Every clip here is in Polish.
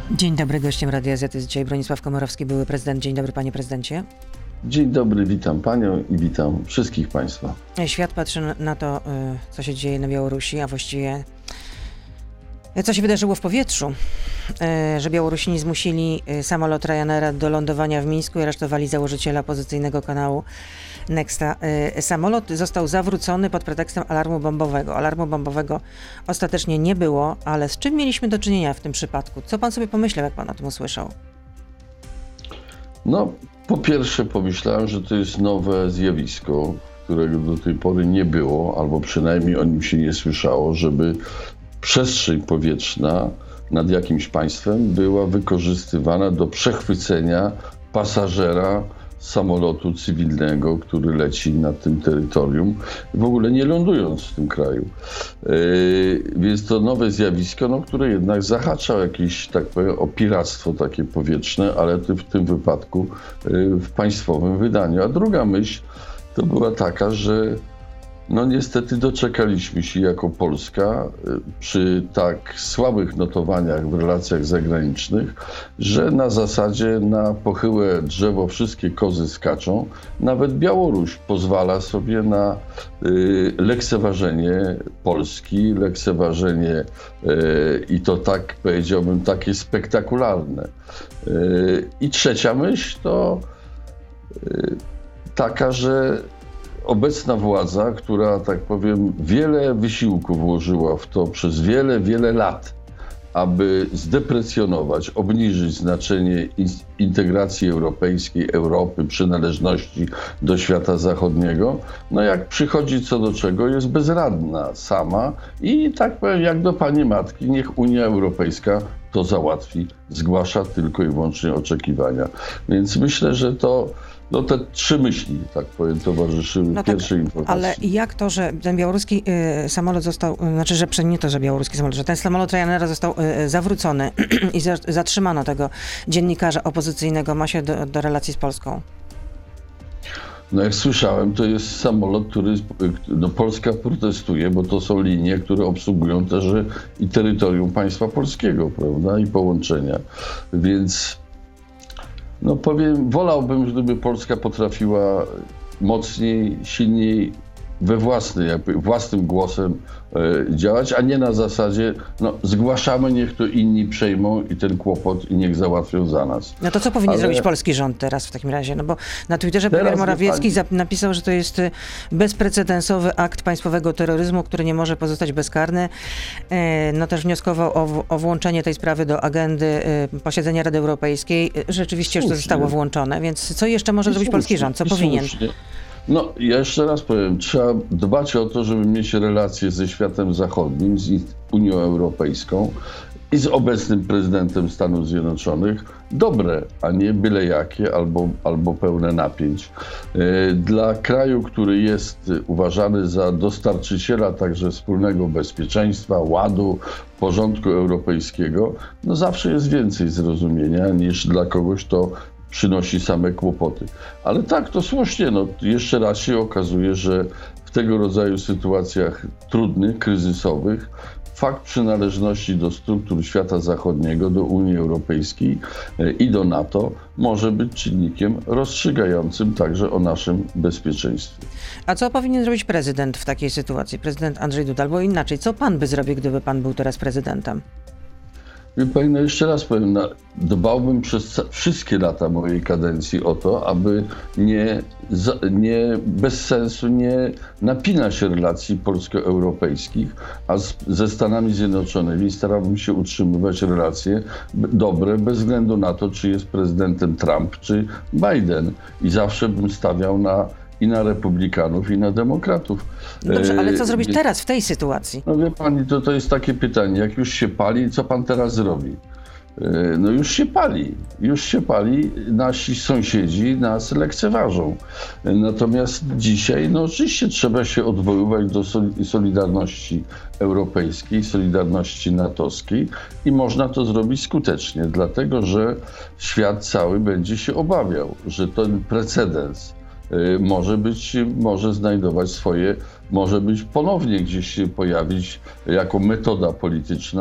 Dzień dobry, gościem Radia Z jest dzisiaj Bronisław Komorowski, były prezydent. Dzień dobry, panie prezydencie. Dzień dobry, witam panią i witam wszystkich państwa. Świat patrzy na to, co się dzieje na Białorusi, a właściwie co się wydarzyło w powietrzu, że Białorusini zmusili samolot Ryanaira do lądowania w Mińsku i aresztowali założyciela opozycyjnego kanału Nexta. Samolot został zawrócony pod pretekstem alarmu bombowego. Alarmu bombowego ostatecznie nie było, ale z czym mieliśmy do czynienia w tym przypadku? Co pan sobie pomyślał, jak pan o tym usłyszał? No, po pierwsze pomyślałem, że to jest nowe zjawisko, którego do tej pory nie było, albo przynajmniej o nim się nie słyszało, żeby przestrzeń powietrzna nad jakimś państwem była wykorzystywana do przechwycenia pasażera samolotu cywilnego, który leci nad tym terytorium, w ogóle nie lądując w tym kraju. Więc to nowe zjawisko, które jednak zahacza jakieś, tak powiem, o piractwo takie powietrzne, ale w tym wypadku w państwowym wydaniu. A druga myśl to była taka, że niestety doczekaliśmy się jako Polska przy tak słabych notowaniach w relacjach zagranicznych, że na zasadzie na pochyłe drzewo wszystkie kozy skaczą. Nawet Białoruś pozwala sobie na lekceważenie Polski, lekceważenie i to tak powiedziałbym takie spektakularne. I trzecia myśl to taka, że obecna władza, która, tak powiem, wiele wysiłku włożyła w to przez wiele, wiele lat, aby zdeprecjonować, obniżyć znaczenie integracji europejskiej, Europy, przynależności do świata zachodniego, jak przychodzi co do czego, jest bezradna sama i, tak powiem, jak do pani matki, niech Unia Europejska to załatwi, zgłasza tylko i wyłącznie oczekiwania. Więc myślę, że to te trzy myśli, tak powiem, towarzyszyły pierwszej informacji. Ale jak to, że ten białoruski samolot został, nie to, że białoruski samolot, że ten samolot Ryanaira został zawrócony i zatrzymano tego dziennikarza opozycyjnego, ma się do relacji z Polską? Jak słyszałem, to jest samolot, który Polska protestuje, bo to są linie, które obsługują też i terytorium państwa polskiego, prawda, i połączenia. Więc powiem, wolałbym, gdyby Polska potrafiła mocniej, silniej, własnym głosem działać, a nie na zasadzie zgłaszamy, niech to inni przejmą i ten kłopot i niech załatwią za nas. To co powinien zrobić polski rząd teraz w takim razie? Bo na Twitterze premier Morawiecki napisał, że to jest bezprecedensowy akt państwowego terroryzmu, który nie może pozostać bezkarny. Też wnioskował o włączenie tej sprawy do agendy posiedzenia Rady Europejskiej. Rzeczywiście już to zostało włączone, więc co jeszcze może zrobić polski rząd? Co powinien? Ja jeszcze raz powiem, trzeba dbać o to, żeby mieć relacje ze światem zachodnim, z Unią Europejską i z obecnym prezydentem Stanów Zjednoczonych dobre, a nie byle jakie albo pełne napięć. Dla kraju, który jest uważany za dostarczyciela także wspólnego bezpieczeństwa, ładu, porządku europejskiego, zawsze jest więcej zrozumienia niż dla kogoś, kto przynosi same kłopoty. Ale tak, to słusznie, jeszcze raz się okazuje, że w tego rodzaju sytuacjach trudnych, kryzysowych, fakt przynależności do struktur świata zachodniego, do Unii Europejskiej i do NATO może być czynnikiem rozstrzygającym także o naszym bezpieczeństwie. A co powinien zrobić prezydent w takiej sytuacji? Prezydent Andrzej Duda, albo inaczej, co pan by zrobił, gdyby pan był teraz prezydentem? Wie pani, jeszcze raz powiem, dbałbym przez wszystkie lata mojej kadencji o to, aby bez sensu nie napinać relacji polsko-europejskich, a ze Stanami Zjednoczonymi starałbym się utrzymywać relacje dobre, bez względu na to, czy jest prezydentem Trump, czy Biden. I zawsze bym stawiał i na republikanów, i na demokratów. Dobrze, ale co zrobić teraz, w tej sytuacji? Wie pani, to jest takie pytanie, jak już się pali, co pan teraz zrobi? Już się pali, nasi sąsiedzi nas lekceważą. Natomiast dzisiaj, oczywiście trzeba się odwoływać do solidarności europejskiej, solidarności natowskiej i można to zrobić skutecznie, dlatego że świat cały będzie się obawiał, że ten precedens może znajdować może być ponownie gdzieś się pojawić jako metoda polityczna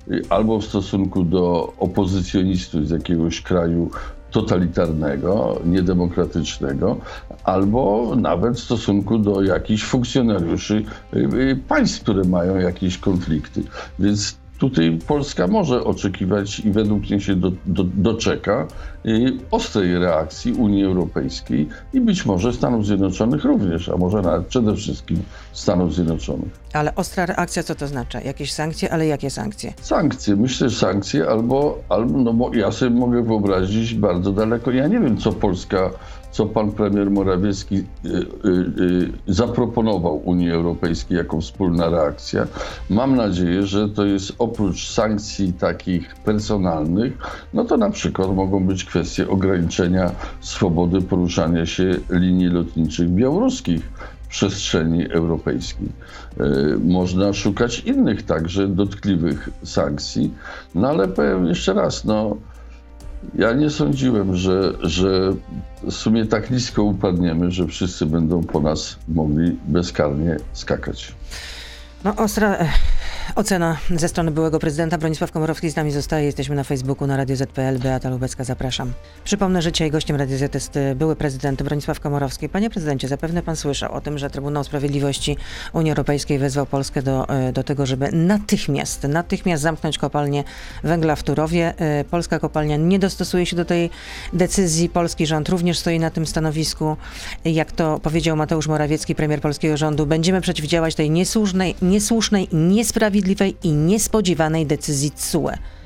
albo w stosunku do opozycjonistów z jakiegoś kraju totalitarnego, niedemokratycznego, albo nawet w stosunku do jakichś funkcjonariuszy państw, które mają jakieś konflikty. Więc tutaj Polska może oczekiwać i według mnie się doczeka ostrej reakcji Unii Europejskiej i być może Stanów Zjednoczonych również, a może nawet przede wszystkim Stanów Zjednoczonych. Ale ostra reakcja, co to znaczy? Jakieś sankcje, ale jakie sankcje? Sankcje, myślę, że sankcje albo no bo ja sobie mogę wyobrazić bardzo daleko. Ja nie wiem, co pan premier Morawiecki zaproponował Unii Europejskiej jako wspólna reakcja. Mam nadzieję, że to jest oprócz sankcji takich personalnych, no to na przykład mogą być kwestie ograniczenia swobody poruszania się linii lotniczych białoruskich w przestrzeni europejskiej. Można szukać innych także dotkliwych sankcji, no ale powiem jeszcze raz, ja nie sądziłem, że w sumie tak nisko upadniemy, że wszyscy będą po nas mogli bezkarnie skakać. Ostra ocena ze strony byłego prezydenta. Bronisław Komorowski z nami zostaje. Jesteśmy na Facebooku, na Radio Z.pl. Beata Lubecka, zapraszam. Przypomnę, że dzisiaj gościem Radio Z jest były prezydent Bronisław Komorowski. Panie prezydencie, zapewne pan słyszał o tym, że Trybunał Sprawiedliwości Unii Europejskiej wezwał Polskę do tego, żeby natychmiast zamknąć kopalnię węgla w Turowie. Polska kopalnia nie dostosuje się do tej decyzji. Polski rząd również stoi na tym stanowisku. Jak to powiedział Mateusz Morawiecki, premier polskiego rządu, będziemy przeciwdziałać tej niesłusznej, niesprawiedliwej i niespodziewanej decyzji TSUE.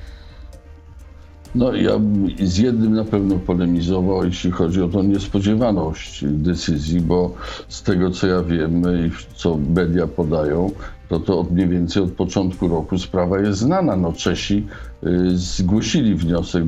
Ja z jednym na pewno polemizował, jeśli chodzi o tą niespodziewaność decyzji, bo z tego, co ja wiem i co media podają, to mniej więcej od początku roku sprawa jest znana. Czesi zgłosili wniosek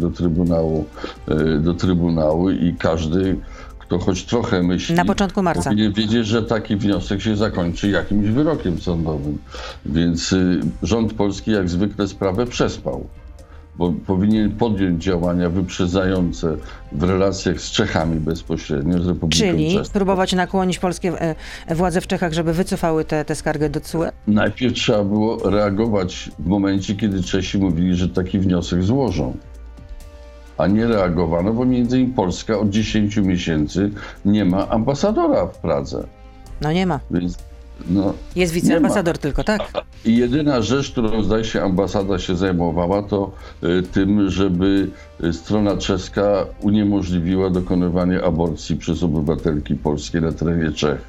do Trybunału i każdy, kto choć trochę myśli, na początku marca, powinien wiedzieć, że taki wniosek się zakończy jakimś wyrokiem sądowym. Więc rząd polski jak zwykle sprawę przespał, bo powinien podjąć działania wyprzedzające w relacjach z Czechami bezpośrednio, z Republiką Czyli Czeską. próbować nakłonić polskie władze w Czechach, żeby wycofały tę skargę do TSUE? Najpierw trzeba było reagować w momencie, kiedy Czesi mówili, że taki wniosek złożą. A nie reagowano, bo między innymi Polska od 10 miesięcy nie ma ambasadora w Pradze. Nie ma. Więc, jest wiceambasador tylko, tak? I jedyna rzecz, którą zdaje się ambasada się zajmowała, to tym, żeby strona czeska uniemożliwiła dokonywanie aborcji przez obywatelki polskie na terenie Czech.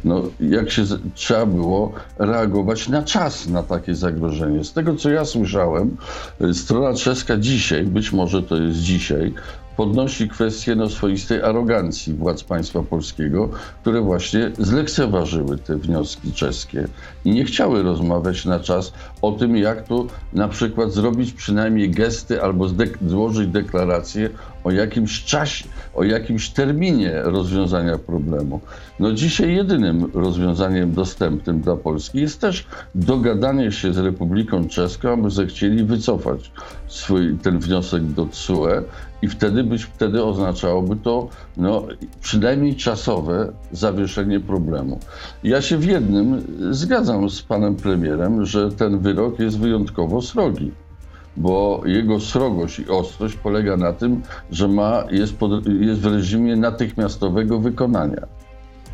Trzeba było reagować na czas na takie zagrożenie. Z tego, co ja słyszałem, strona czeska dzisiaj, być może to jest dzisiaj, podnosi kwestię swoistej arogancji władz państwa polskiego, które właśnie zlekceważyły te wnioski czeskie i nie chciały rozmawiać na czas o tym, jak to na przykład zrobić przynajmniej gesty albo złożyć deklarację o jakimś czasie, o jakimś terminie rozwiązania problemu. Dzisiaj jedynym rozwiązaniem dostępnym dla Polski jest też dogadanie się z Republiką Czeską, aby zechcieli wycofać ten wniosek do TSUE i wtedy oznaczałoby to przynajmniej czasowe zawieszenie problemu. Ja się w jednym zgadzam z panem premierem, że ten wyrok jest wyjątkowo srogi, bo jego srogość i ostrość polega na tym, że jest w reżimie natychmiastowego wykonania.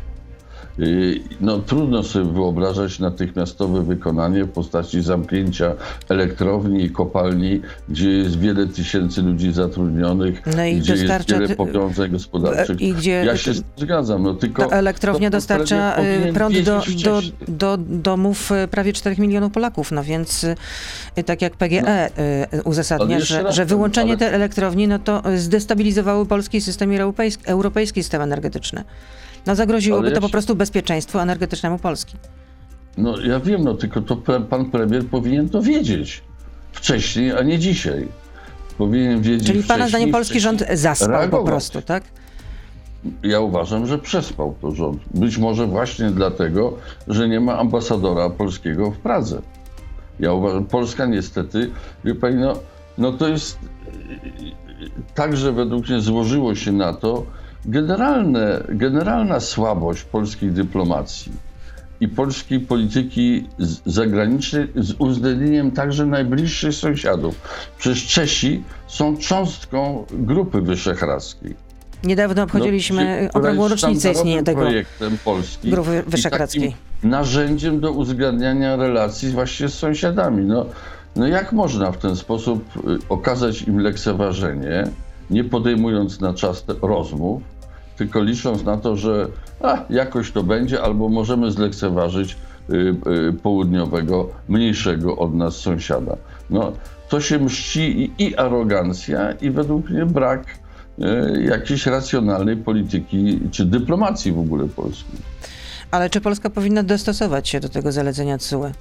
Trudno sobie wyobrażać natychmiastowe wykonanie w postaci zamknięcia elektrowni i kopalni, gdzie jest wiele tysięcy ludzi zatrudnionych, gdzie jest wiele powiązań gospodarczych. Ja się zgadzam. Tylko ta elektrownia dostarcza prąd do domów prawie 4 milionów Polaków, więc tak jak PGE uzasadnia, że wyłączenie tej elektrowni to zdestabilizowało polski system i europejski system energetyczny. Zagroziłoby to po prostu bezpieczeństwu energetycznemu Polski. Ja wiem, tylko to pan premier powinien to wiedzieć wcześniej, a nie dzisiaj. Powinien wiedzieć. Czyli pana zdaniem polski rząd zaspał reagować. Po prostu, tak? Ja uważam, że przespał to rząd. Być może właśnie dlatego, że nie ma ambasadora polskiego w Pradze. Ja uważam, Polska niestety, wie pani, to jest także według mnie złożyło się na to generalna słabość polskiej dyplomacji i polskiej polityki zagranicznej z uwzględnieniem także najbliższych sąsiadów. Przecież Czesi są cząstką Grupy Wyszehradzkiej. Niedawno obchodziliśmy okrągłą rocznicę istnienia tego projektem Polski Grupy Wyszehradzkiej. I takim narzędziem do uzgadniania relacji właśnie z sąsiadami. No jak można w ten sposób okazać im lekceważenie, nie podejmując na czas rozmów, tylko licząc na to, że jakoś to będzie, albo możemy zlekceważyć południowego, mniejszego od nas sąsiada. No, to się mści i arogancja, i według mnie brak jakiejś racjonalnej polityki, czy dyplomacji w ogóle polskiej. Ale czy Polska powinna dostosować się do tego zalecenia TSUE?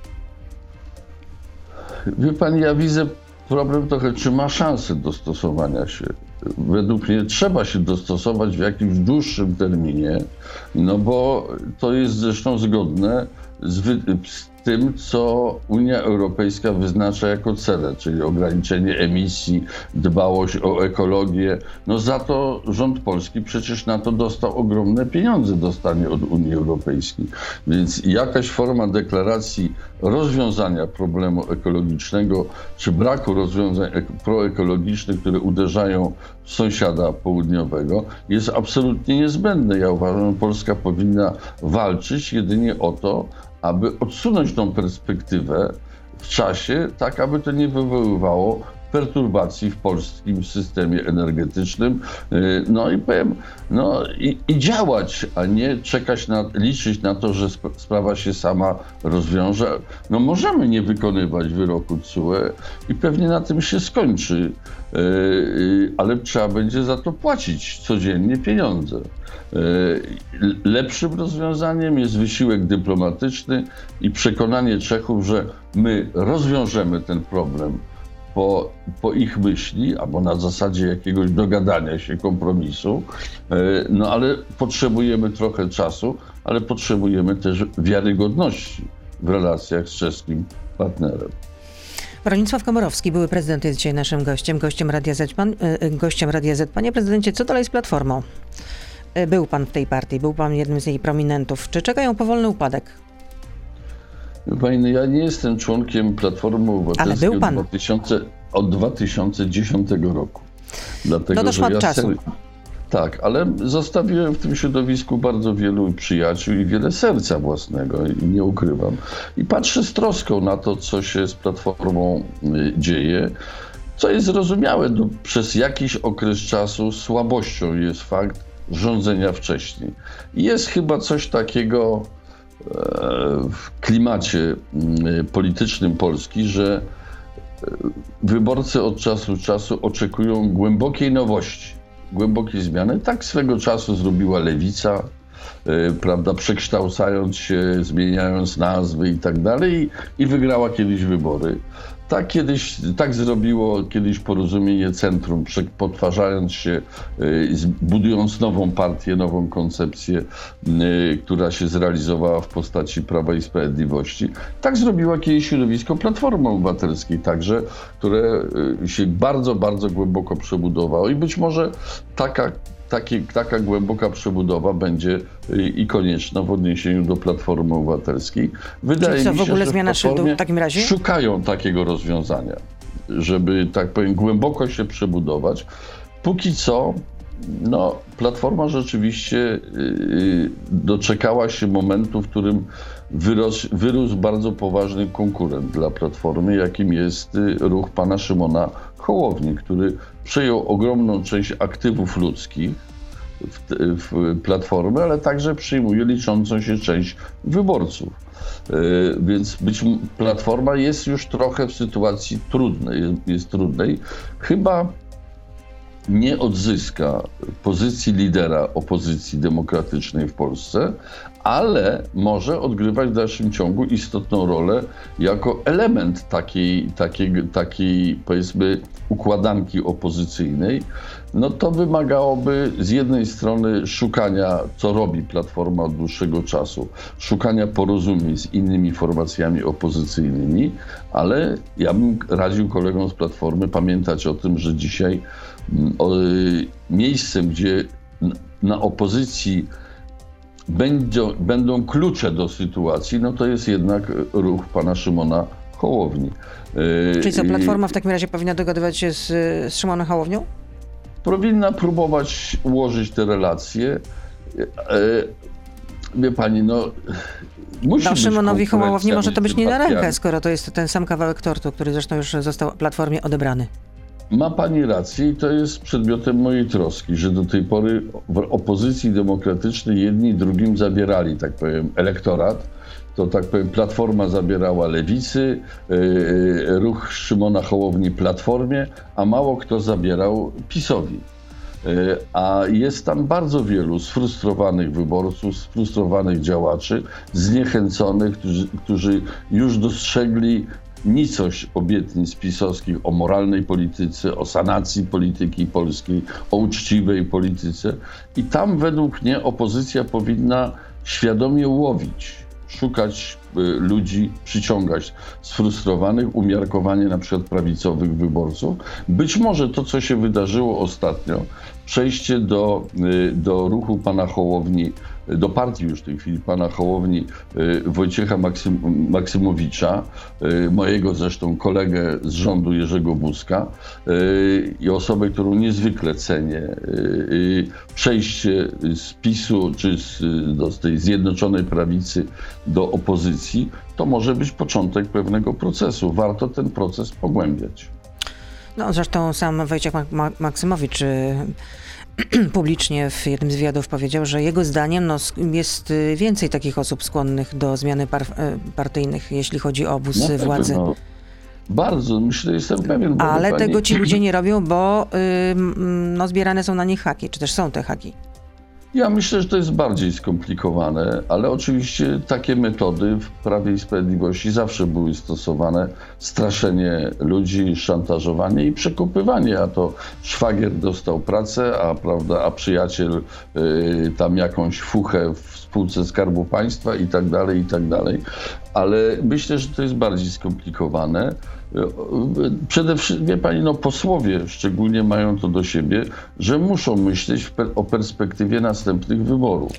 Wie pani, ja widzę problem trochę, czy ma szansę dostosowania się. Według mnie trzeba się dostosować w jakimś dłuższym terminie, no bo to jest zresztą zgodne z tym, co Unia Europejska wyznacza jako cele, czyli ograniczenie emisji, dbałość o ekologię. No za to rząd polski przecież na to dostał ogromne pieniądze, dostanie od Unii Europejskiej. Więc jakaś forma deklaracji rozwiązania problemu ekologicznego, czy braku rozwiązań proekologicznych, które uderzają w sąsiada południowego, jest absolutnie niezbędne. Ja uważam, że Polska powinna walczyć jedynie o to, aby odsunąć tą perspektywę w czasie, tak aby to nie wywoływało perturbacji w polskim systemie energetycznym. No i powiem, i działać, a nie czekać, liczyć na to, że sprawa się sama rozwiąże. No możemy nie wykonywać wyroku TSUE i pewnie na tym się skończy, ale trzeba będzie za to płacić codziennie pieniądze. Lepszym rozwiązaniem jest wysiłek dyplomatyczny i przekonanie Czechów, że my rozwiążemy ten problem po ich myśli, albo na zasadzie jakiegoś dogadania się, kompromisu, no ale potrzebujemy trochę czasu, ale potrzebujemy też wiarygodności w relacjach z czeskim partnerem. Bronisław Komorowski, były prezydent, jest dzisiaj naszym gościem Radia Z. Panie prezydencie, co dalej z Platformą? Był pan w tej partii, był pan jednym z jej prominentów. Czy czeka ją powolny upadek? Pani, ja nie jestem członkiem Platformy Obywatelskiej od 2010 roku. Dlatego, to doszło od czasu. Tak, ale zostawiłem w tym środowisku bardzo wielu przyjaciół i wiele serca własnego, i nie ukrywam. I patrzę z troską na to, co się z Platformą dzieje, co jest zrozumiałe. Przez jakiś okres czasu słabością jest fakt rządzenia wcześniej. Jest chyba coś takiego w klimacie politycznym Polski, że wyborcy od czasu do czasu oczekują głębokiej nowości, głębokiej zmiany. Tak swego czasu zrobiła Lewica, prawda, przekształcając się, zmieniając nazwy i tak dalej, i wygrała kiedyś wybory. Tak zrobiło kiedyś Porozumienie Centrum, podwarzając się, budując nową partię, nową koncepcję, która się zrealizowała w postaci Prawa i Sprawiedliwości. Tak zrobiła kiedyś środowisko Platformy Obywatelskiej także, które się bardzo, bardzo głęboko przebudowało i być może taka głęboka przebudowa będzie i konieczna w odniesieniu do Platformy Obywatelskiej. Wydaje mi się, w ogóle że zmiana szyldu w takim razie? Szukają takiego rozwiązania, żeby, tak powiem, głęboko się przebudować. Póki co, Platforma rzeczywiście doczekała się momentu, w którym wyrósł bardzo poważny konkurent dla Platformy, jakim jest ruch pana Szymona Hołowni, który przejął ogromną część aktywów ludzkich w Platformy, ale także przyjmuje liczącą się część wyborców. Więc Platforma jest już trochę w sytuacji trudnej. Chyba nie odzyska pozycji lidera opozycji demokratycznej w Polsce, ale może odgrywać w dalszym ciągu istotną rolę jako element takiej powiedzmy układanki opozycyjnej. To wymagałoby z jednej strony szukania, co robi Platforma od dłuższego czasu, szukania porozumień z innymi formacjami opozycyjnymi, ale ja bym radził kolegom z Platformy pamiętać o tym, że dzisiaj miejscem, gdzie na opozycji będą klucze do sytuacji, no to jest jednak ruch pana Szymona Hołowni. Czyli co, Platforma w takim razie powinna dogadywać się z Szymonem Hołownią? Powinna próbować ułożyć te relacje. Wie pani, musi być Szymonowi konkurencja Hołowni może to być nie na między rękę, partiami. skoro to jest ten sam kawałek tortu, który zresztą już został Platformie odebrany. Ma pani rację i to jest przedmiotem mojej troski, że do tej pory w opozycji demokratycznej jedni drugim zabierali, tak powiem, elektorat. To tak powiem, Platforma zabierała Lewicy, ruch Szymona Hołowni Platformie, a mało kto zabierał PiS-owi. A jest tam bardzo wielu sfrustrowanych wyborców, sfrustrowanych działaczy, zniechęconych, którzy już dostrzegli nicość obietnic pisowskich o moralnej polityce, o sanacji polityki polskiej, o uczciwej polityce. I tam według mnie opozycja powinna świadomie łowić, szukać ludzi, przyciągać sfrustrowanych, umiarkowanie na przykład prawicowych wyborców. Być może to, co się wydarzyło ostatnio, przejście do ruchu pana Hołowni, do partii już w tej chwili pana Hołowni, Wojciecha Maksymowicza, mojego zresztą kolegę z rządu Jerzego Buzka i osobę, którą niezwykle cenię. Przejście z PiS-u czy z tej Zjednoczonej Prawicy do opozycji, to może być początek pewnego procesu. Warto ten proces pogłębiać. No zresztą sam Wojciech Maksymowicz publicznie w jednym z wywiadów powiedział, że jego zdaniem jest więcej takich osób skłonnych do zmiany partyjnych, jeśli chodzi o obóz władzy. Bardzo, myślę, jestem pewien. Ale tego ci ludzie nie robią, bo zbierane są na nich haki, czy też są te haki. Ja myślę, że to jest bardziej skomplikowane, ale oczywiście takie metody w Prawie i Sprawiedliwości zawsze były stosowane. Straszenie ludzi, szantażowanie i przekupywanie, a to szwagier dostał pracę, a przyjaciel tam jakąś fuchę w spółce Skarbu Państwa i tak dalej. Ale myślę, że to jest bardziej skomplikowane. Przede wszystkim, wie pani, posłowie szczególnie mają to do siebie, że muszą myśleć o perspektywie następnych wyborów.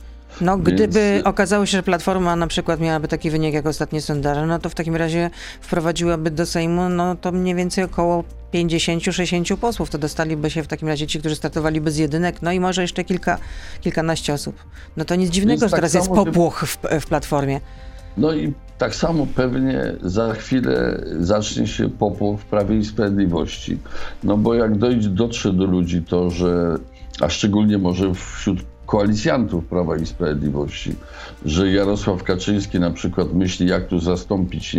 Gdyby okazało się, że Platforma na przykład miałaby taki wynik jak ostatnie sondaże, no to w takim razie wprowadziłaby do Sejmu, to mniej więcej około 50-60 posłów. To dostaliby się w takim razie ci, którzy startowali z jedynek, no i może jeszcze kilkanaście osób. No to nic dziwnego, że teraz jest popłoch w Platformie. No i tak samo pewnie za chwilę zacznie się popłoch w Prawie i Sprawiedliwości. No bo jak dotrze do ludzi to, że, a szczególnie może wśród koalicjantów Prawa i Sprawiedliwości, że Jarosław Kaczyński na przykład myśli, jak tu zastąpić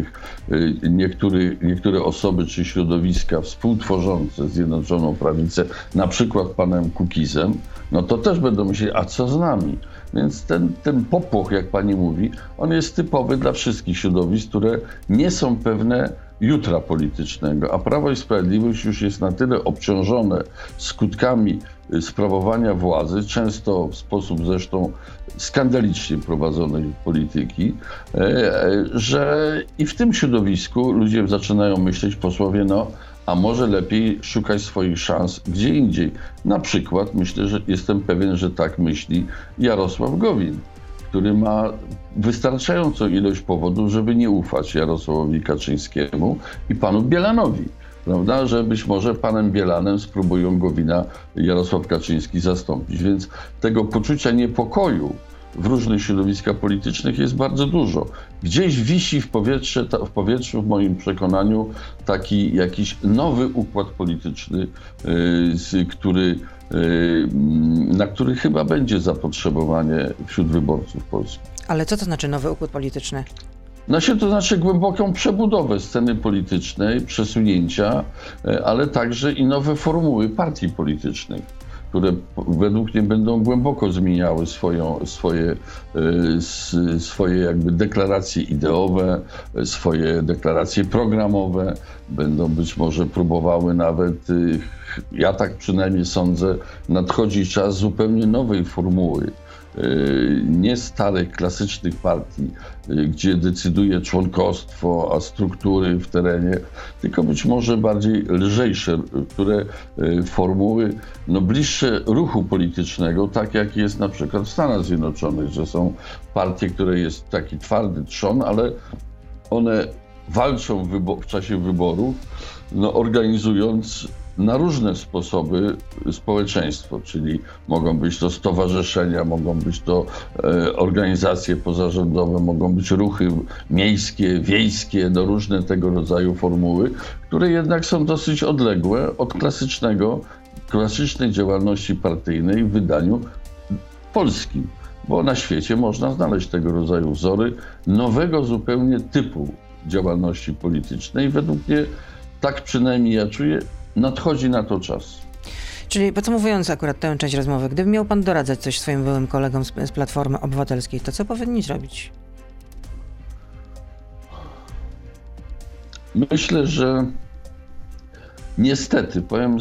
niektóre osoby czy środowiska współtworzące Zjednoczoną Prawicę, na przykład panem Kukizem, no to też będą myśleć, a co z nami? Więc ten popłoch, jak pani mówi, on jest typowy dla wszystkich środowisk, które nie są pewne jutra politycznego, a Prawo i Sprawiedliwość już jest na tyle obciążone skutkami sprawowania władzy, często w sposób zresztą skandalicznie prowadzonej polityki, że i w tym środowisku ludzie zaczynają myśleć, posłowie, a może lepiej szukać swoich szans gdzie indziej. Na przykład jestem pewien, że tak myśli Jarosław Gowin, który ma wystarczającą ilość powodów, żeby nie ufać Jarosławowi Kaczyńskiemu i panu Bielanowi. Prawda, że być może panem Bielanem spróbują Gowina Jarosław Kaczyński zastąpić. Więc tego poczucia niepokoju w różnych środowiskach politycznych jest bardzo dużo. Gdzieś wisi w powietrzu, w moim przekonaniu, taki jakiś nowy układ polityczny, na który chyba będzie zapotrzebowanie wśród wyborców polskich. Ale co to znaczy nowy układ polityczny? To znaczy głęboką przebudowę sceny politycznej, przesunięcia, ale także i nowe formuły partii politycznych, które według mnie będą głęboko zmieniały swoje jakby deklaracje ideowe, swoje deklaracje programowe, będą być może próbowały nawet, ja tak przynajmniej sądzę, nadchodzi czas zupełnie nowej formuły nie starych, klasycznych partii, gdzie decyduje członkostwo, a struktury w terenie, tylko być może bardziej lżejsze, które formuły bliższe ruchu politycznego, tak jak jest na przykład w Stanach Zjednoczonych, że są partie, które jest taki twardy trzon, ale one walczą w czasie wyborów, organizując na różne sposoby społeczeństwo, czyli mogą być to stowarzyszenia, mogą być to organizacje pozarządowe, mogą być ruchy miejskie, wiejskie, różne tego rodzaju formuły, które jednak są dosyć odległe od klasycznej działalności partyjnej w wydaniu polskim, bo na świecie można znaleźć tego rodzaju wzory nowego zupełnie typu działalności politycznej. Według mnie, tak przynajmniej ja czuję, nadchodzi na to czas. Czyli podsumowując akurat tę część rozmowy, gdyby miał pan doradzać coś swoim byłym kolegom z Platformy Obywatelskiej, to co powinni zrobić? Myślę, że niestety, powiem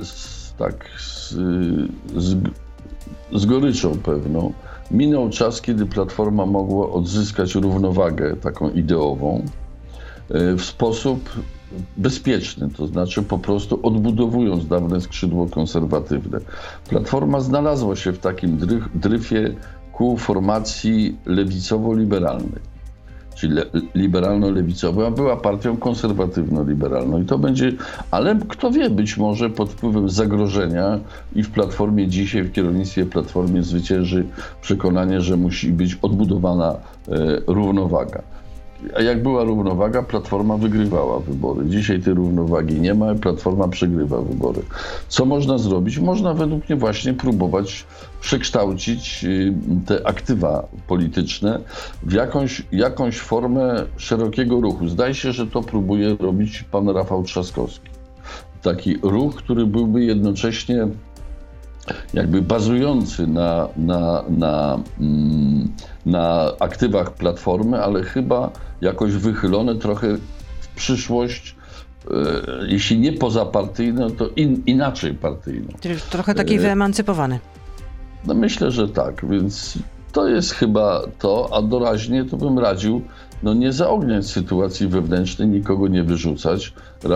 z goryczą pewną, minął czas, kiedy Platforma mogła odzyskać równowagę taką ideową w sposób bezpieczny, to znaczy po prostu odbudowując dawne skrzydło konserwatywne. Platforma znalazła się w takim dryfie ku formacji lewicowo-liberalnej, czyli liberalno-lewicowa, a była partią konserwatywno-liberalną. I to będzie, ale kto wie, być może pod wpływem zagrożenia i w Platformie dzisiaj, w kierownictwie Platformy zwycięży przekonanie, że musi być odbudowana równowaga. A jak była równowaga, Platforma wygrywała wybory. Dzisiaj tej równowagi nie ma, Platforma przegrywa wybory. Co można zrobić? Można według mnie właśnie próbować przekształcić te aktywa polityczne w jakąś formę szerokiego ruchu. Zdaje się, że to próbuje robić pan Rafał Trzaskowski. Taki ruch, który byłby jednocześnie jakby bazujący na aktywach Platformy, ale chyba jakoś wychylone trochę w przyszłość, jeśli nie pozapartyjne, to inaczej partyjne. Czyli trochę taki wyemancypowany. Myślę, że tak, więc to jest chyba to, a doraźnie to bym radził nie zaogniać sytuacji wewnętrznej, nikogo nie wyrzucać,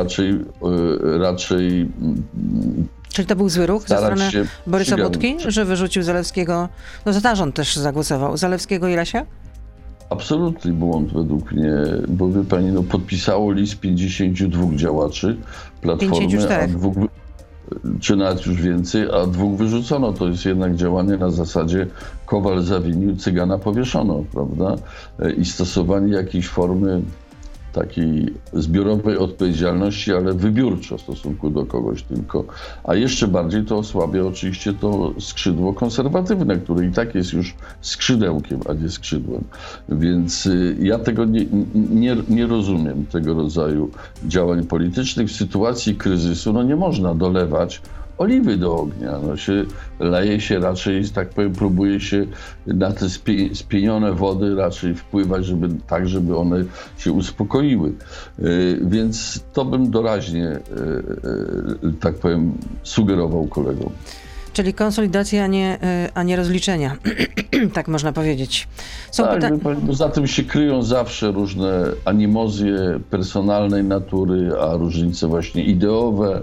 raczej Czyli to był zły ruch ze strony Borysa Budki, że wyrzucił Zalewskiego, za zarząd też zagłosował, Zalewskiego i Lesia? Absolutny błąd według mnie, bo wie pani, podpisało list 52 działaczy Platformy, 54. Czy nawet już więcej, a 2 wyrzucono. To jest jednak działanie na zasadzie Kowal zawinił, Cygana powieszono, prawda? I stosowanie jakiejś formy takiej zbiorowej odpowiedzialności, ale wybiórczo w stosunku do kogoś tylko. A jeszcze bardziej to osłabia oczywiście to skrzydło konserwatywne, które i tak jest już skrzydełkiem, a nie skrzydłem. Więc ja tego nie rozumiem, tego rodzaju działań politycznych. W sytuacji kryzysu nie można dolewać oliwy do ognia. Leje się raczej, tak powiem, próbuje się na te spienione wody raczej wpływać, żeby one się uspokoiły. Więc to bym doraźnie, tak powiem, sugerował kolegom. Czyli konsolidacja, a nie rozliczenia, tak można powiedzieć. Za tym się kryją zawsze różne animozje personalnej natury, a różnice właśnie ideowe.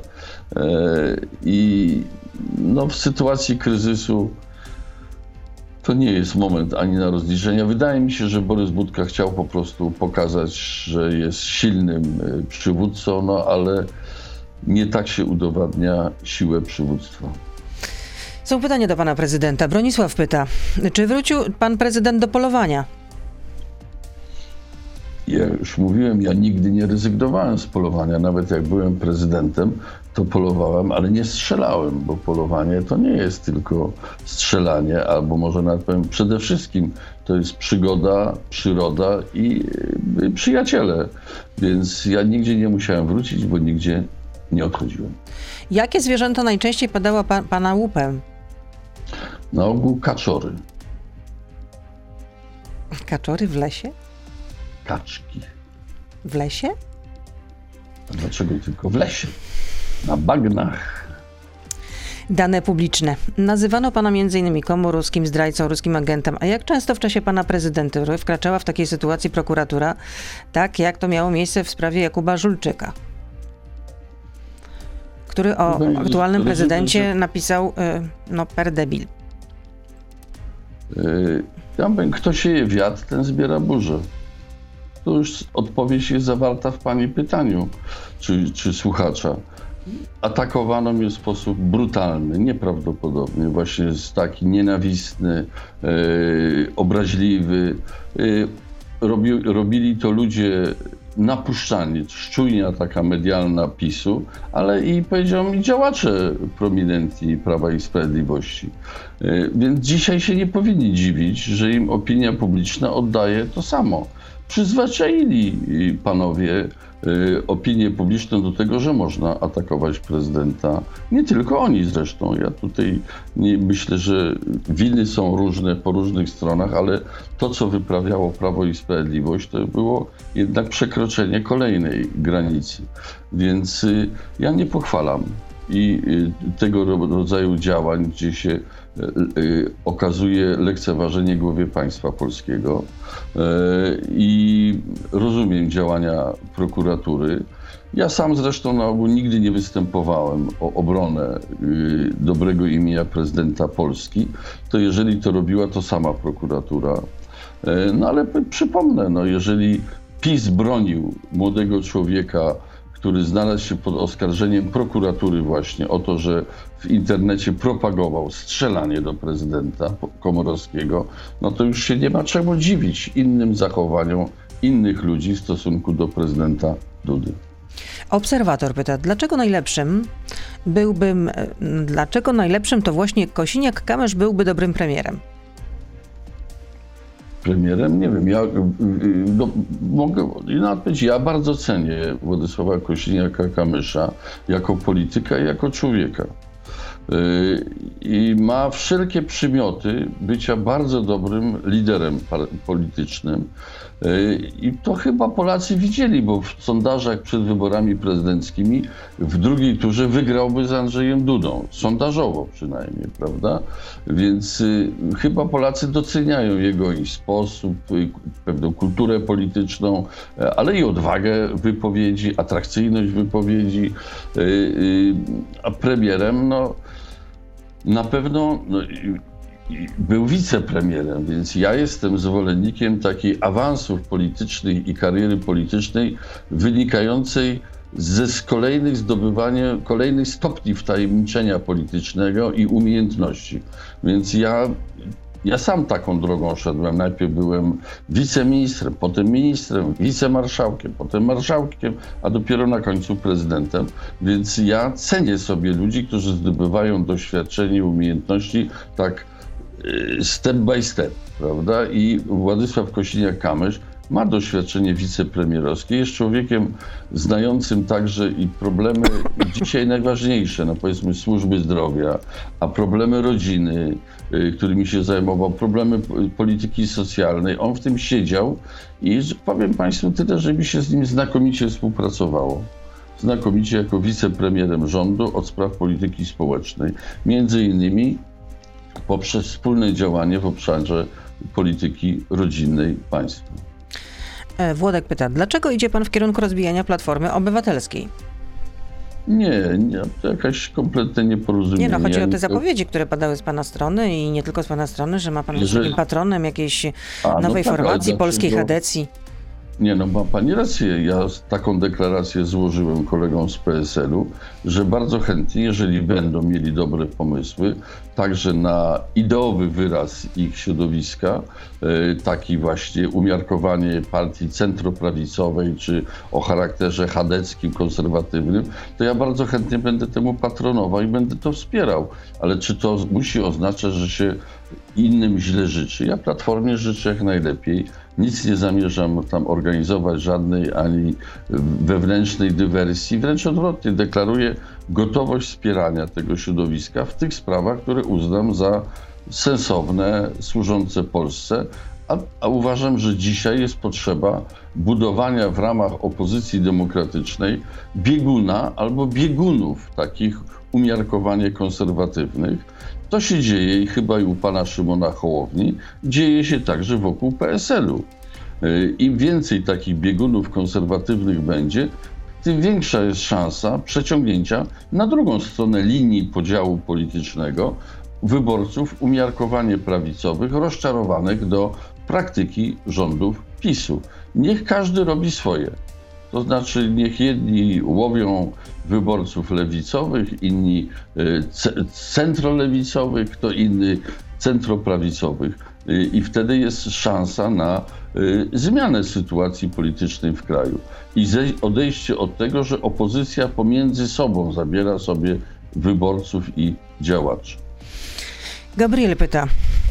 I w sytuacji kryzysu to nie jest moment ani na rozliczenia. Wydaje mi się, że Borys Budka chciał po prostu pokazać, że jest silnym przywódcą, ale nie tak się udowadnia siłę przywództwa. Są pytania do pana prezydenta. Bronisław pyta, czy wrócił pan prezydent do polowania? Ja już mówiłem, ja nigdy nie rezygnowałem z polowania. Nawet jak byłem prezydentem, to polowałem, ale nie strzelałem, bo polowanie to nie jest tylko strzelanie, albo może nawet powiem, przede wszystkim to jest przygoda, przyroda i przyjaciele. Więc ja nigdzie nie musiałem wrócić, bo nigdzie nie odchodziłem. Jakie zwierzęta najczęściej padało pana łupem? Na ogół kaczory. Kaczory w lesie? Kaczki. W lesie? A dlaczego tylko w lesie? Na bagnach. Dane publiczne. Nazywano pana m.in. komoruskim zdrajcą, ruskim agentem. A jak często w czasie pana prezydentury wkraczała w takiej sytuacji prokuratura, tak jak to miało miejsce w sprawie Jakuba Żulczyka, który o aktualnym prezydencie napisał per debil. Kto sieje wiatr, ten zbiera burzę. To już odpowiedź jest zawarta w pani pytaniu, czy słuchacza. Atakowano mnie w sposób brutalny, nieprawdopodobny, właśnie jest taki nienawistny, obraźliwy. Robili to ludzie napuszczani, szczujnia taka medialna PiS-u, ale i powiedział mi działacze prominentni Prawa i Sprawiedliwości. Więc dzisiaj się nie powinni dziwić, że im opinia publiczna oddaje to samo. Przyzwyczaili panowie opinię publiczną do tego, że można atakować prezydenta. Nie tylko oni zresztą. Ja tutaj myślę, że winy są różne po różnych stronach, ale to, co wyprawiało Prawo i Sprawiedliwość, to było jednak przekroczenie kolejnej granicy. Więc ja nie pochwalam i tego rodzaju działań, gdzie się okazuje lekceważenie głowie państwa polskiego i rozumiem działania prokuratury. Ja sam zresztą na ogół nigdy nie występowałem o obronę dobrego imienia prezydenta Polski, to jeżeli to robiła, to sama prokuratura. No ale przypomnę, jeżeli PiS bronił młodego człowieka, który znalazł się pod oskarżeniem prokuratury właśnie o to, że w internecie propagował strzelanie do prezydenta Komorowskiego, no to już się nie ma czemu dziwić innym zachowaniom innych ludzi w stosunku do prezydenta Dudy. Obserwator pyta, dlaczego najlepszym to właśnie Kosiniak-Kamysz byłby dobrym premierem? Premierem? Nie wiem, mogę odpowiedzieć, ja bardzo cenię Władysława Kosiniaka-Kamysza jako polityka i jako człowieka. I ma wszelkie przymioty bycia bardzo dobrym liderem politycznym. I to chyba Polacy widzieli, bo w sondażach przed wyborami prezydenckimi w drugiej turze wygrałby z Andrzejem Dudą. Sondażowo przynajmniej, prawda? Więc chyba Polacy doceniają jego i sposób, pewną kulturę polityczną, ale i odwagę wypowiedzi, atrakcyjność wypowiedzi. A premierem, na pewno był wicepremierem, więc ja jestem zwolennikiem takich awansów politycznych i kariery politycznej wynikającej z kolejnych zdobywania, kolejnych stopni wtajemniczenia politycznego i umiejętności. Więc ja sam taką drogą szedłem. Najpierw byłem wiceministrem, potem ministrem, wicemarszałkiem, potem marszałkiem, a dopiero na końcu prezydentem. Więc ja cenię sobie ludzi, którzy zdobywają doświadczenie i umiejętności tak step by step, prawda? I Władysław Kosiniak-Kamysz ma doświadczenie wicepremierowskie, jest człowiekiem znającym także i problemy dzisiaj najważniejsze, powiedzmy służby zdrowia, a problemy rodziny, którymi się zajmował, problemy polityki socjalnej. On w tym siedział i powiem Państwu tyle, że mi się z nim znakomicie współpracowało. Znakomicie jako wicepremierem rządu od spraw polityki społecznej. Między innymi poprzez wspólne działanie w obszarze polityki rodzinnej państwa. Włodek pyta, dlaczego idzie pan w kierunku rozbijania Platformy Obywatelskiej? Nie, to jakaś kompletne nieporozumienie. Chodzi o te zapowiedzi, które padały z pana strony i nie tylko z pana strony, że ma pan być takim patronem jakiejś nowej formacji, polskiej Hadecji. Ma pani rację. Ja taką deklarację złożyłem kolegom z PSL-u, że bardzo chętnie, jeżeli będą mieli dobre pomysły, także na ideowy wyraz ich środowiska, taki właśnie umiarkowanie partii centroprawicowej, czy o charakterze chadeckim, konserwatywnym, to ja bardzo chętnie będę temu patronował i będę to wspierał. Ale czy to musi oznaczać, że się innym źle życzy? Ja Platformie życzę jak najlepiej. Nic nie zamierzam tam organizować, żadnej ani wewnętrznej dywersji. Wręcz odwrotnie, deklaruję gotowość wspierania tego środowiska w tych sprawach, które uznam za sensowne, służące Polsce, A uważam, że dzisiaj jest potrzeba budowania w ramach opozycji demokratycznej bieguna albo biegunów takich umiarkowanie konserwatywnych. To się dzieje i chyba i u pana Szymona Hołowni, dzieje się także wokół PSL-u. Im więcej takich biegunów konserwatywnych będzie, tym większa jest szansa przeciągnięcia na drugą stronę linii podziału politycznego wyborców umiarkowanie prawicowych, rozczarowanych do praktyki rządów PiS-u. Niech każdy robi swoje. To znaczy niech jedni łowią wyborców lewicowych, inni centrolewicowych, kto inny centroprawicowych. I wtedy jest szansa na zmianę sytuacji politycznej w kraju i odejście od tego, że opozycja pomiędzy sobą zabiera sobie wyborców i działaczy. Gabriel pyta.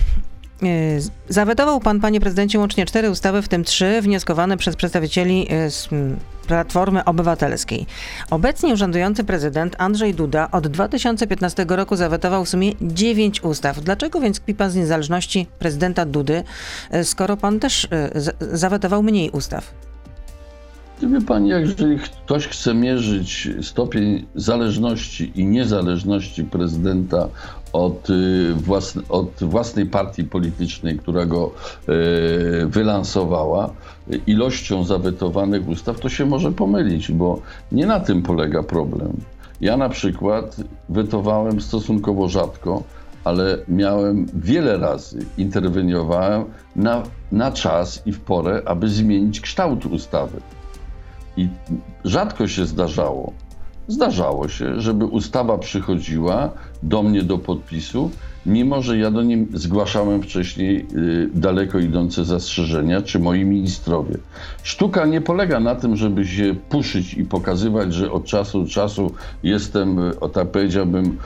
Zawetował pan, panie prezydencie, łącznie 4 ustawy, w tym 3 wnioskowane przez przedstawicieli z Platformy Obywatelskiej. Obecnie urzędujący prezydent Andrzej Duda od 2015 roku zawetował w sumie 9 ustaw. Dlaczego więc kpi pan z niezależności prezydenta Dudy, skoro pan też zawetował mniej ustaw? Wie pani, jeżeli ktoś chce mierzyć stopień zależności i niezależności prezydenta od własnej partii politycznej, która go wylansowała, ilością zawetowanych ustaw, to się może pomylić, bo nie na tym polega problem. Ja na przykład wetowałem stosunkowo rzadko, ale miałem wiele razy, interweniowałem na czas i w porę, aby zmienić kształt ustawy. I rzadko się zdarzało się, żeby ustawa przychodziła do mnie do podpisu, mimo że ja do niej zgłaszałem wcześniej daleko idące zastrzeżenia, czy moi ministrowie. Sztuka nie polega na tym, żeby się puszyć i pokazywać, że od czasu do czasu jestem, tak powiedziałbym,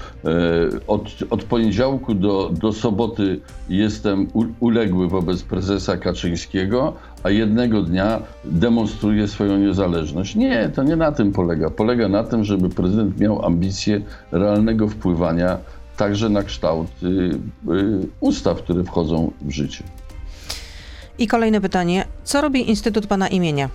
od poniedziałku do soboty jestem uległy wobec prezesa Kaczyńskiego, a jednego dnia demonstruje swoją niezależność. Nie, to nie na tym polega. Polega na tym, żeby prezydent miał ambicje realnego wpływania także na kształt ustaw, które wchodzą w życie. I kolejne pytanie. Co robi Instytut pana imienia?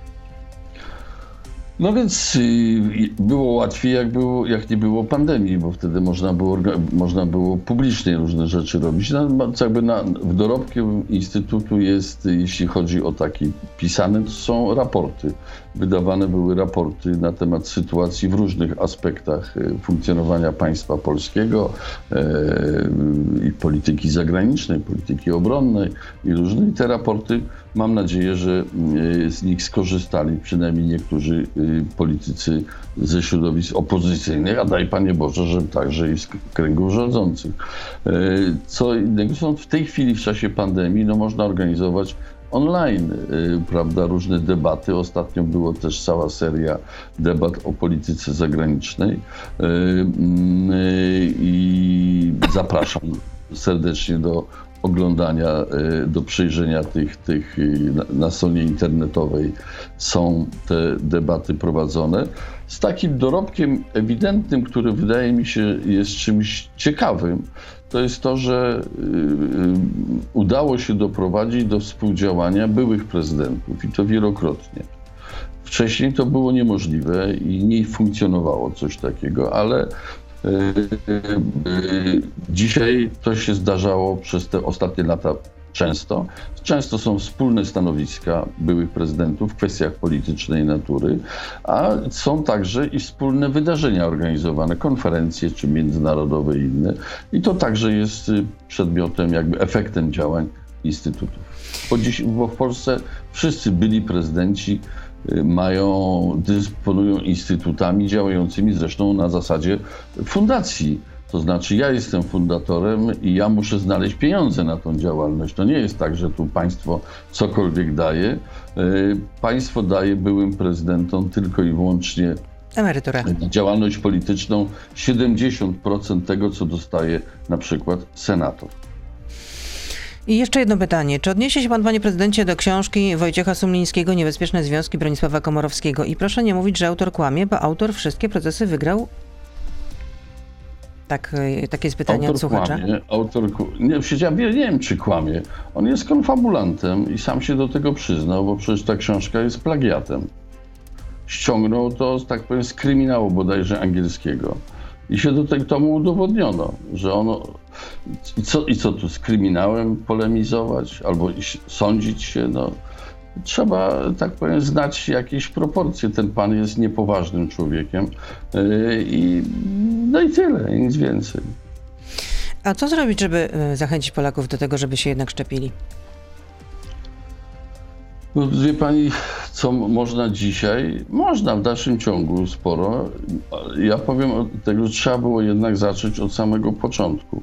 No więc było łatwiej, jak nie było pandemii, bo wtedy można było publicznie różne rzeczy robić. W dorobku Instytutu jest, jeśli chodzi o taki pisane, to są raporty. Wydawane były raporty na temat sytuacji w różnych aspektach funkcjonowania państwa polskiego i polityki zagranicznej, polityki obronnej i różnych. I te raporty, mam nadzieję, że z nich skorzystali przynajmniej niektórzy politycy ze środowisk opozycyjnych, a daj Panie Boże, że także i z kręgów rządzących. Co innego są w tej chwili w czasie pandemii, można organizować online, prawda, różne debaty. Ostatnio było też cała seria debat o polityce zagranicznej i zapraszam serdecznie do oglądania, do przejrzenia tych na stronie internetowej są te debaty prowadzone. Z takim dorobkiem ewidentnym, który wydaje mi się jest czymś ciekawym, to jest to, że udało się doprowadzić do współdziałania byłych prezydentów i to wielokrotnie. Wcześniej to było niemożliwe i nie funkcjonowało coś takiego, ale dzisiaj to się zdarzało przez te ostatnie lata często. Często są wspólne stanowiska byłych prezydentów w kwestiach politycznej natury, a są także i wspólne wydarzenia organizowane, konferencje czy międzynarodowe i inne. I to także jest przedmiotem, efektem działań instytutów. Bo w Polsce wszyscy byli prezydenci dysponują instytutami działającymi zresztą na zasadzie fundacji. To znaczy ja jestem fundatorem i ja muszę znaleźć pieniądze na tą działalność. To nie jest tak, że tu państwo cokolwiek daje. Państwo daje byłym prezydentom tylko i wyłącznie emeryturę. Na działalność polityczną 70% tego, co dostaje na przykład senator. I jeszcze jedno pytanie. Czy odniesie się pan, panie prezydencie, do książki Wojciecha Sumlińskiego „Niebezpieczne związki” Bronisława Komorowskiego? I proszę nie mówić, że autor kłamie, bo autor wszystkie procesy wygrał Takie jest pytanie od słuchacza. Ja nie wiem, czy kłamie. On jest konfabulantem i sam się do tego przyznał, bo przecież ta książka jest plagiatem. Ściągnął to, tak powiem, z kryminału bodajże angielskiego. I się tomu udowodniono, że ono... I co tu z kryminałem polemizować albo sądzić się? No, trzeba, tak powiem, znać jakieś proporcje. Ten pan jest niepoważnym człowiekiem no i tyle, i nic więcej. A co zrobić, żeby zachęcić Polaków do tego, żeby się jednak szczepili? No, wie pani, co można dzisiaj? Można w dalszym ciągu sporo. Ja powiem o tego, że trzeba było jednak zacząć od samego początku.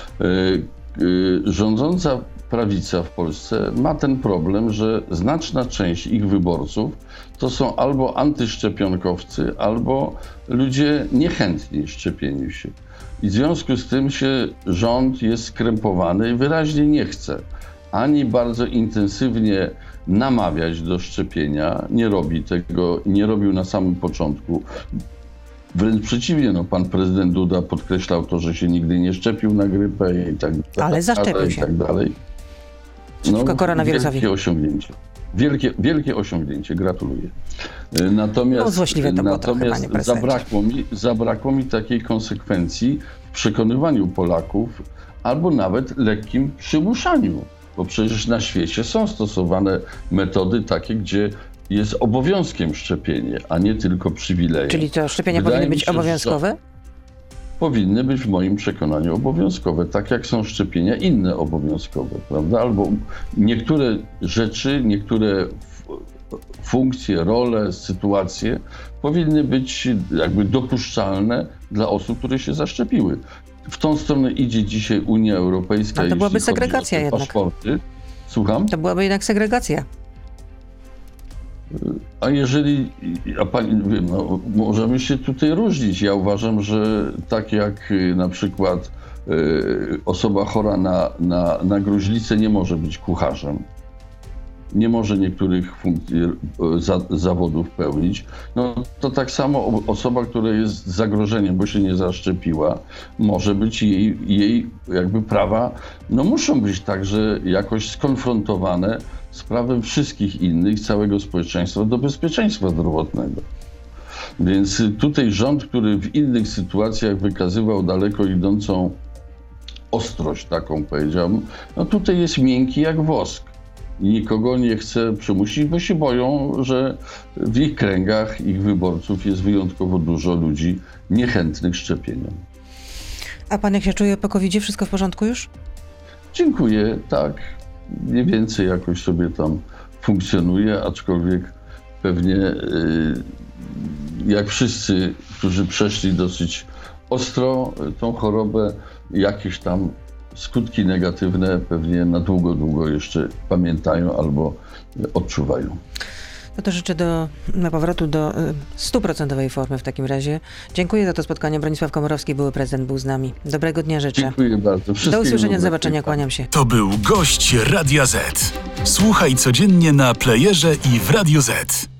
Rządząca prawica w Polsce ma ten problem, że znaczna część ich wyborców to są albo antyszczepionkowcy, albo ludzie niechętni szczepieniu się. I w związku z tym rząd jest skrępowany i wyraźnie nie chce ani bardzo intensywnie namawiać do szczepienia, nie robi tego, nie robił na samym początku. Wręcz przeciwnie, pan prezydent Duda podkreślał to, że się nigdy nie szczepił na grypę i tak dalej. Ale zaszczepił się. I tak dalej. Przeciwko koronawirusowi. Wielkie osiągnięcie. Wielkie osiągnięcie, gratuluję. Natomiast, złośliwe to było trochę, panie prezydencie. zabrakło mi takiej konsekwencji w przekonywaniu Polaków albo nawet lekkim przymuszaniu, bo przecież na świecie są stosowane metody takie, gdzie jest obowiązkiem szczepienie, a nie tylko przywilejem. Czyli to szczepienia powinny być obowiązkowe? Powinny być w moim przekonaniu obowiązkowe, tak jak są szczepienia inne obowiązkowe, prawda? Albo niektóre rzeczy, niektóre funkcje, role, sytuacje powinny być jakby dopuszczalne dla osób, które się zaszczepiły. W tą stronę idzie dzisiaj Unia Europejska. A to byłaby segregacja jednak. Paszporty. Słucham? To byłaby jednak segregacja. A jeżeli, możemy się tutaj różnić. Ja uważam, że tak jak na przykład osoba chora na gruźlicę nie może być kucharzem, nie może niektórych funkcji, zawodów pełnić, no to tak samo osoba, która jest zagrożeniem, bo się nie zaszczepiła, może być jej jakby prawa, no muszą być także jakoś skonfrontowane z prawem wszystkich innych, całego społeczeństwa do bezpieczeństwa zdrowotnego. Więc tutaj rząd, który w innych sytuacjach wykazywał daleko idącą ostrość, taką powiedziałbym, no tutaj jest miękki jak wosk. Nikogo nie chce przymusić, bo się boją, że w ich kręgach, ich wyborców jest wyjątkowo dużo ludzi niechętnych szczepieniom. A pan jak się czuje po COVID-zie? Wszystko w porządku już? Dziękuję, tak. Mniej więcej jakoś sobie tam funkcjonuje, aczkolwiek pewnie jak wszyscy, którzy przeszli dosyć ostro tą chorobę, jakieś tam skutki negatywne pewnie na długo jeszcze pamiętają albo odczuwają. No to życzę na powrotu do 100% formy w takim razie. Dziękuję za to spotkanie. Bronisław Komorowski, były prezydent, był z nami. Dobrego dnia życzę. Dziękuję bardzo. Do usłyszenia, do zobaczenia, kłaniam się. To był gość Radia Z. Słuchaj codziennie na playerze i w Radio Z.